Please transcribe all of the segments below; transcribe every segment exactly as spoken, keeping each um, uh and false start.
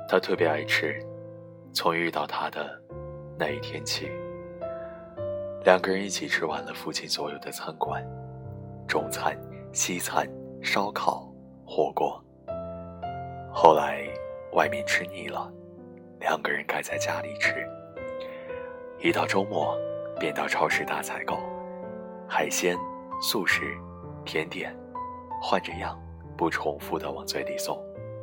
他特别爱吃，从遇到他的那一天起，两个人一起吃完了附近所有的餐馆，中餐、西餐、烧烤、火锅。后来外面吃腻了，两个人改在家里吃。一到周末便到超市大采购，海鲜、素食、甜点，换着样不重复地往嘴里送。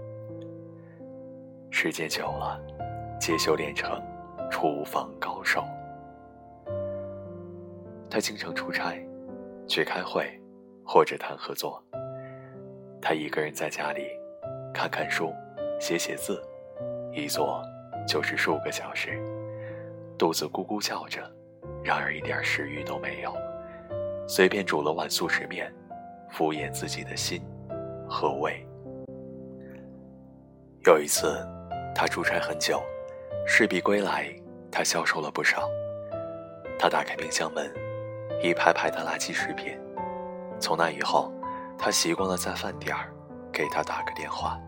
时间久了，皆修炼成厨房高手。他经常出差，去开会或者谈合作。他一个人在家里看看书，写写字，一坐就是数个小时，肚子咕咕叫着，然而一点食欲都没有，随便煮了碗速食面，敷衍自己的心和胃。有一次他出差很久，事毕归来，他消瘦了不少。他打开冰箱门，一排排的垃圾食品。从那以后，他习惯了在饭点儿给他打个电话。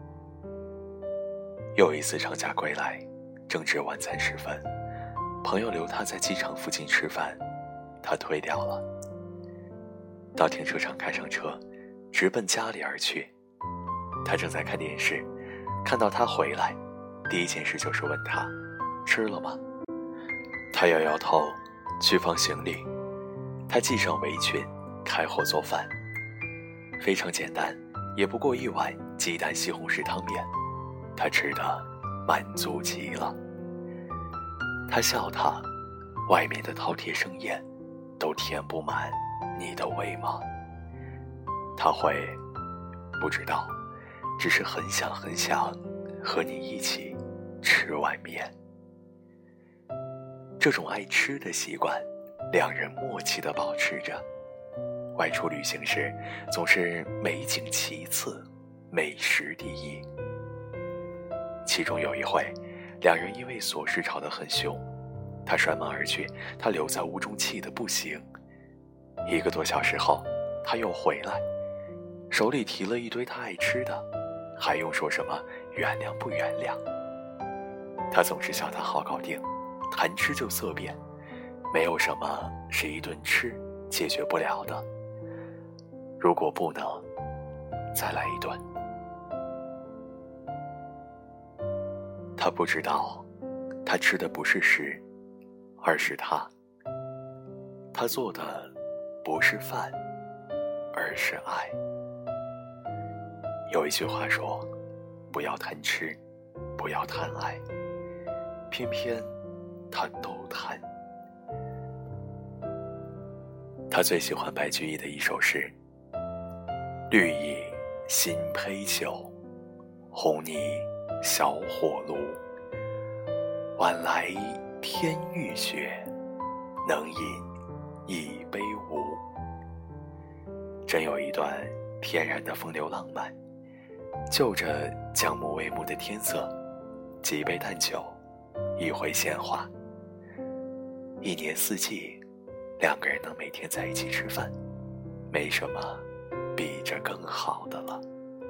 又一次长假归来，正值晚餐时分，朋友留他在机场附近吃饭，他推掉了。到停车场开上车，直奔家里而去。他正在看电视，看到他回来，第一件事就是问他吃了吗？他摇摇头，去放行李。他系上围裙，开火做饭，非常简单，也不过一碗鸡蛋西红柿汤面。他吃得满足极了。他笑他，外面的饕餮盛宴都填不满你的胃吗？他会不知道，只是很想很想和你一起吃碗面。这种爱吃的习惯，两人默契地保持着。外出旅行时，总是美景其次，美食第一。其中有一回，两人因为琐事吵得很凶，他摔门而去，他留在屋中气得不行。一个多小时后，他又回来，手里提了一堆他爱吃的，还用说什么原谅不原谅。他总是笑他好搞定，谈吃就色变，没有什么是一顿吃解决不了的。如果不能，再来一顿。他不知道，他吃的不是食，而是他。他做的不是饭，而是爱。有一句话说，不要贪吃，不要贪爱，偏偏他都贪。他最喜欢白居易的一首诗：绿蚁新醅酒，红泥小火炉。晚来天欲雪，能饮一杯无。真有一段天然的风流浪漫，就着将暮为暮的天色，几杯淡酒，一回闲话。一年四季，两个人能每天在一起吃饭，没什么比这更好的了。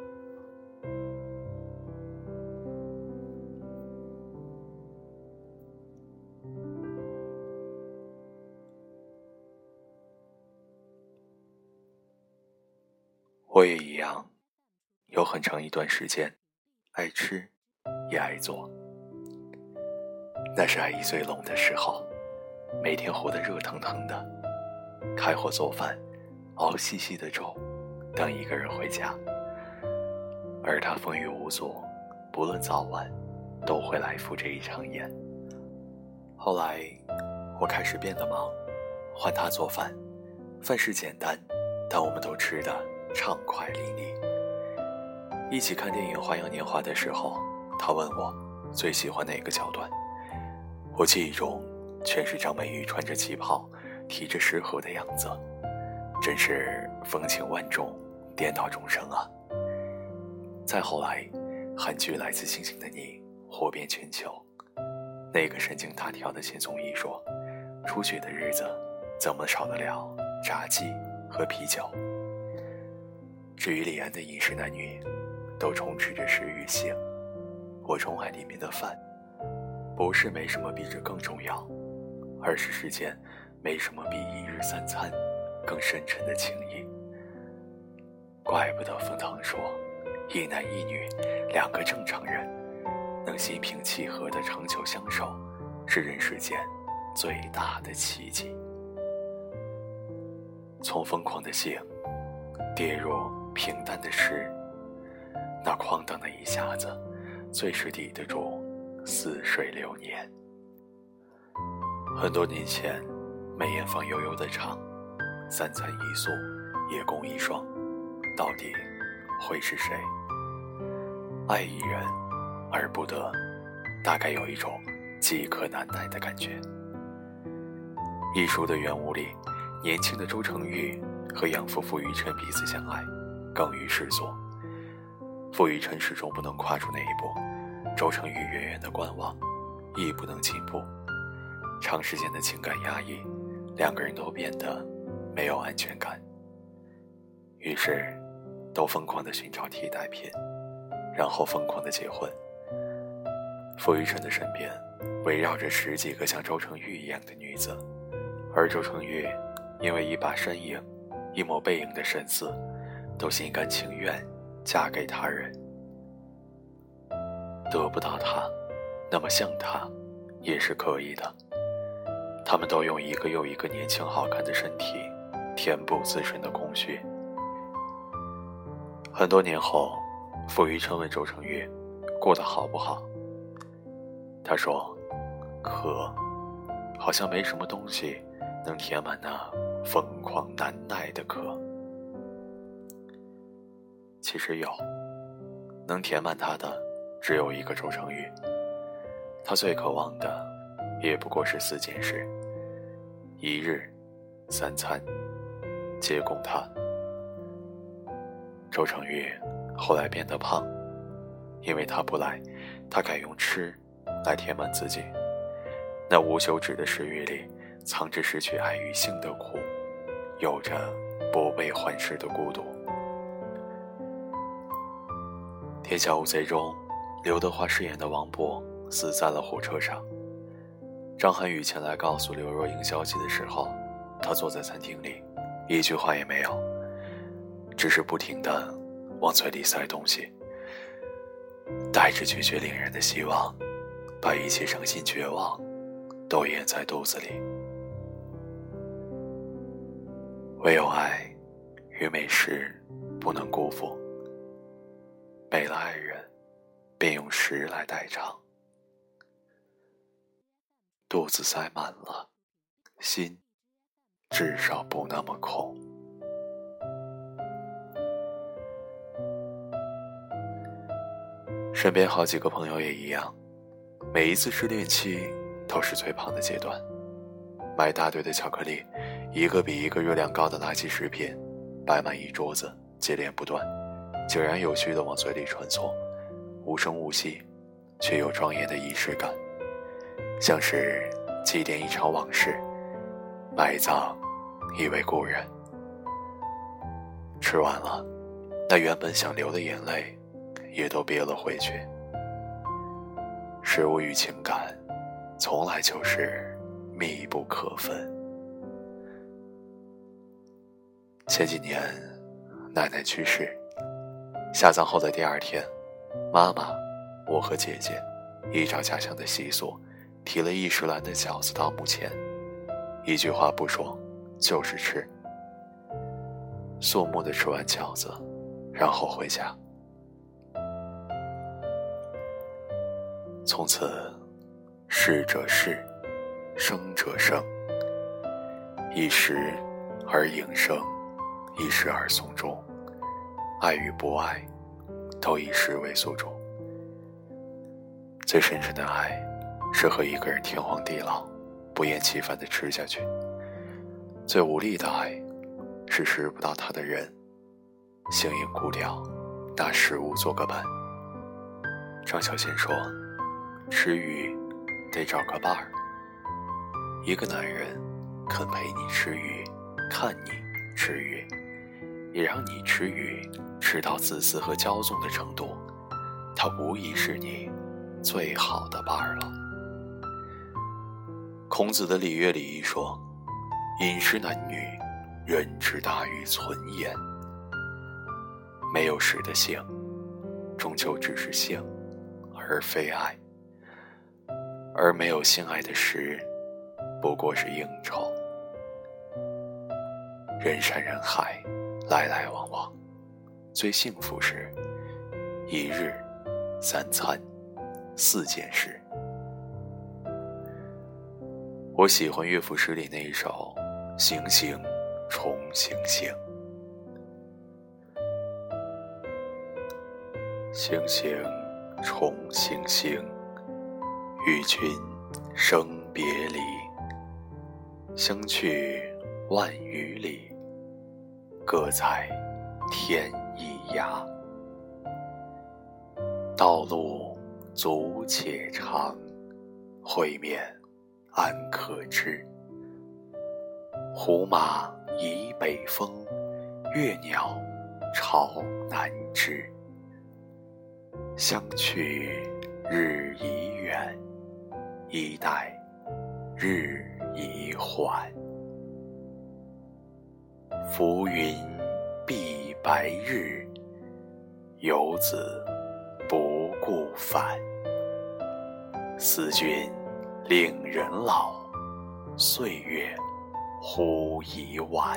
我也一样，有很长一段时间，爱吃，也爱做。那是爱意最浓的时候，每天活得热腾腾的，开火做饭，熬细细的粥，等一个人回家。而他风雨无阻，不论早晚，都会来赴这一场宴。后来，我开始变得忙，换他做饭，饭是简单，但我们都吃得畅快淋漓。一起看电影《花样年华》的时候，他问我最喜欢哪个桥段，我记忆中全是张美玉穿着旗袍，提着食盒的样子，真是风情万种，颠倒众生啊。再后来，韩剧《来自星星的你》火遍全球，那个神经大条的前综艺说，初雪的日子怎么少得了炸鸡和啤酒。至于李安的饮食男女，都充斥着食欲性， 或钟爱里面的饭，不是没什么比这更重要，而是世间没什么比一日三餐更深沉的情谊。怪不得冯唐说，一男一女两个正常人能心平气和地长久相守，是人世间最大的奇迹。从疯狂的性跌入平淡的诗，那哐当的一下子最是抵得住似水流年。很多年前，梅艳芳悠悠地唱，三餐一宿，夜供一双，到底会是谁？爱一人而不得，大概有一种饥渴难耐的感觉。一书的原物里，年轻的周成玉和养父傅余臣彼此相爱，更于世所。傅余臣始终不能跨出那一步，周成玉远远的观望，亦不能进步。长时间的情感压抑，两个人都变得没有安全感，于是都疯狂地寻找替代品，然后疯狂地结婚。傅余臣的身边围绕着十几个像周成玉一样的女子，而周成玉因为一把身影，一抹背影的神似，都心甘情愿嫁给他人。得不到他，那么像他也是可以的。他们都用一个又一个年轻好看的身体填补自身的空虚。很多年后，傅余臣问周成玉过得好不好，他说可好像没什么东西能填满那疯狂难耐的渴。其实有，能填满他的只有一个周成玉。他最渴望的也不过是四件事：一日三餐，皆供他。周成玉后来变得胖，因为他不来，他改用吃来填满自己。那无休止的食欲里，藏着失去爱与性的苦，有着不被欢视的孤独。天下无贼中，刘德华饰演的王勃死在了火车上。张涵予前来告诉刘若英消息的时候，他坐在餐厅里，一句话也没有，只是不停地往嘴里塞东西，带着决绝令人的希望，把一切伤心绝望都咽在肚子里。唯有爱与美食不能辜负，没了爱人，便用食来代偿。肚子塞满了，心至少不那么空。身边好几个朋友也一样，每一次失恋期都是最胖的阶段，买大堆的巧克力，一个比一个热量高的垃圾食品摆满一桌子，接连不断，井然有序地往嘴里穿梭，无声无息，却有庄严的仪式感，像是祭奠一场往事，埋葬一位故人。吃完了，那原本想流的眼泪也都憋了回去。食物与情感从来就是密不可分。前几年奶奶去世，下葬后的第二天，妈妈、我和姐姐依照家乡的习俗，提了一石篮的饺子到墓前，一句话不说，就是吃。肃穆地吃完饺子，然后回家。从此，逝者逝，生者生，一时而影生，一时而送终，爱与不爱都以时为宿终。最深沉的爱是和一个人天荒地老，不厌其烦地吃下去。最无力的爱是识不到他的人，形影孤雕，拿食物做个伴。张小娴说，吃鱼得找个伴儿。一个男人肯陪你吃鱼，看你吃鱼，也让你吃鱼吃到自私和骄纵的程度，他无疑是你最好的伴儿了。孔子的礼乐礼仪说，饮食男女，人之大于存焉。没有实的性，终究只是性，而非爱；而没有性爱的实，不过是应酬。人山人海，来来往往，最幸福是一日三餐四件事。我喜欢乐府诗里那一首《行行重行行》。行行重行行，与君生别离。相去万余里，各在天一涯。道路阻且长，会面安可知？胡马倚北风，月鸟巢南枝。相去日已远，一待日已缓。浮云蔽白日，游子不顾返。思君令人老，岁月忽已晚。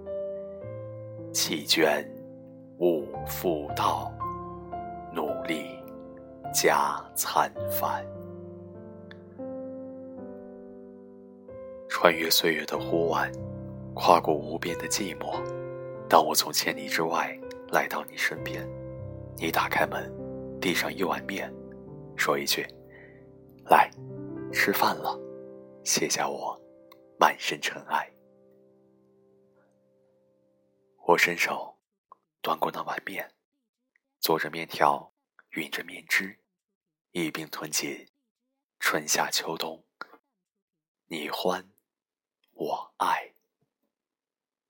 弃捐勿复道，努力加餐饭。穿越岁月的呼唤，跨过无边的寂寞。当我从千里之外来到你身边，你打开门，递上一碗面，说一句：来，吃饭了，卸下我满身尘埃。我伸手端过那碗面，做着面条，吮着面汁，一并吞进春夏秋冬，你欢我爱。